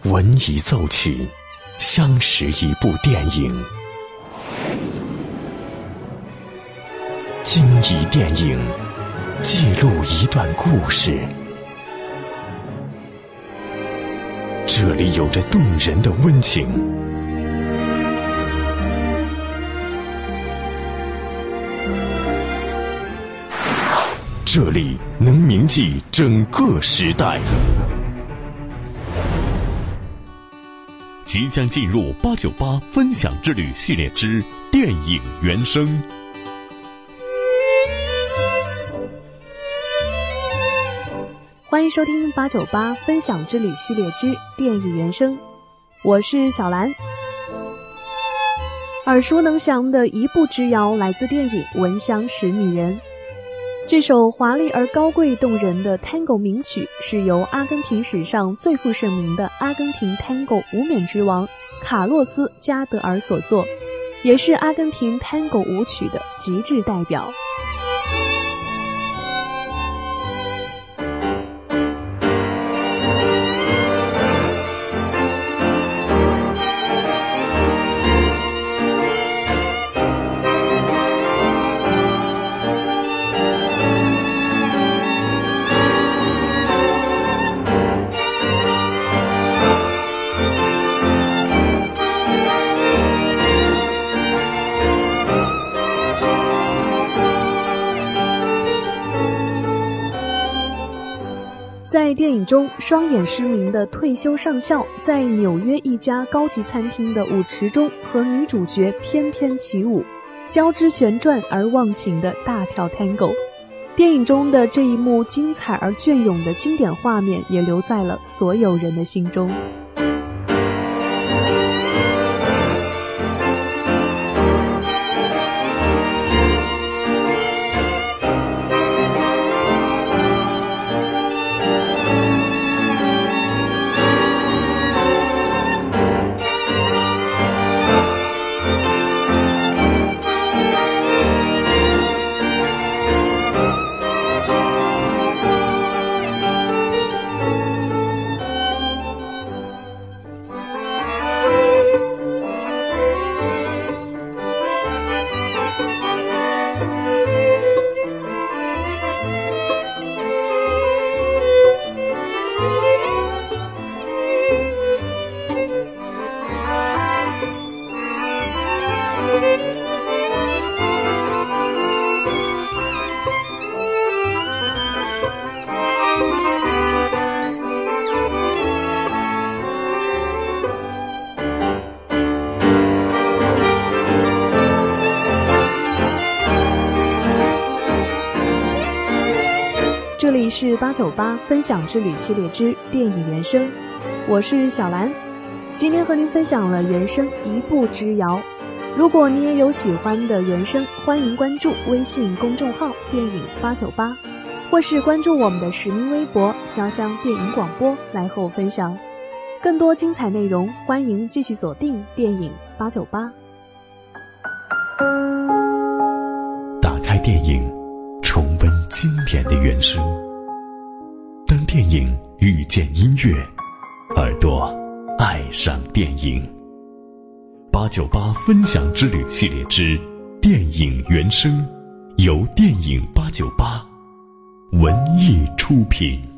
文以奏曲，相识一部电影。经以电影记录一段故事。这里有着动人的温情，这里能铭记整个时代。 即将进入898分享之旅系列之电影原声。 欢迎收听898分享之旅系列之电影原声，我是小兰。耳熟能详的一步之遥来自电影《闻香识女人》。这首华丽而高贵动人的 Tango 名曲是由阿根廷史上最负盛名的阿根廷 Tango 无冕之王卡洛斯·加德尔所作，也是阿根廷 Tango 舞曲的极致代表。在电影中，双眼失明的退休上校在纽约一家高级餐厅的舞池中和女主角翩翩起舞，交织旋转而忘情的大跳 Tango。 电影中的这一幕精彩而隽永的经典画面也留在了所有人的心中。这里是898分享之旅系列之电影原声，我是小兰。今天和您分享了原声一步之遥。如果你也有喜欢的原声，欢迎关注微信公众号电影898，或是关注我们的实名微博潇湘电影广播来和我分享更多精彩内容。欢迎继续锁定电影898。 打开电影，重温经典的原声。当电影遇见音乐，耳朵爱上电影。898分享之旅系列之电影原声，由电影898文艺出品。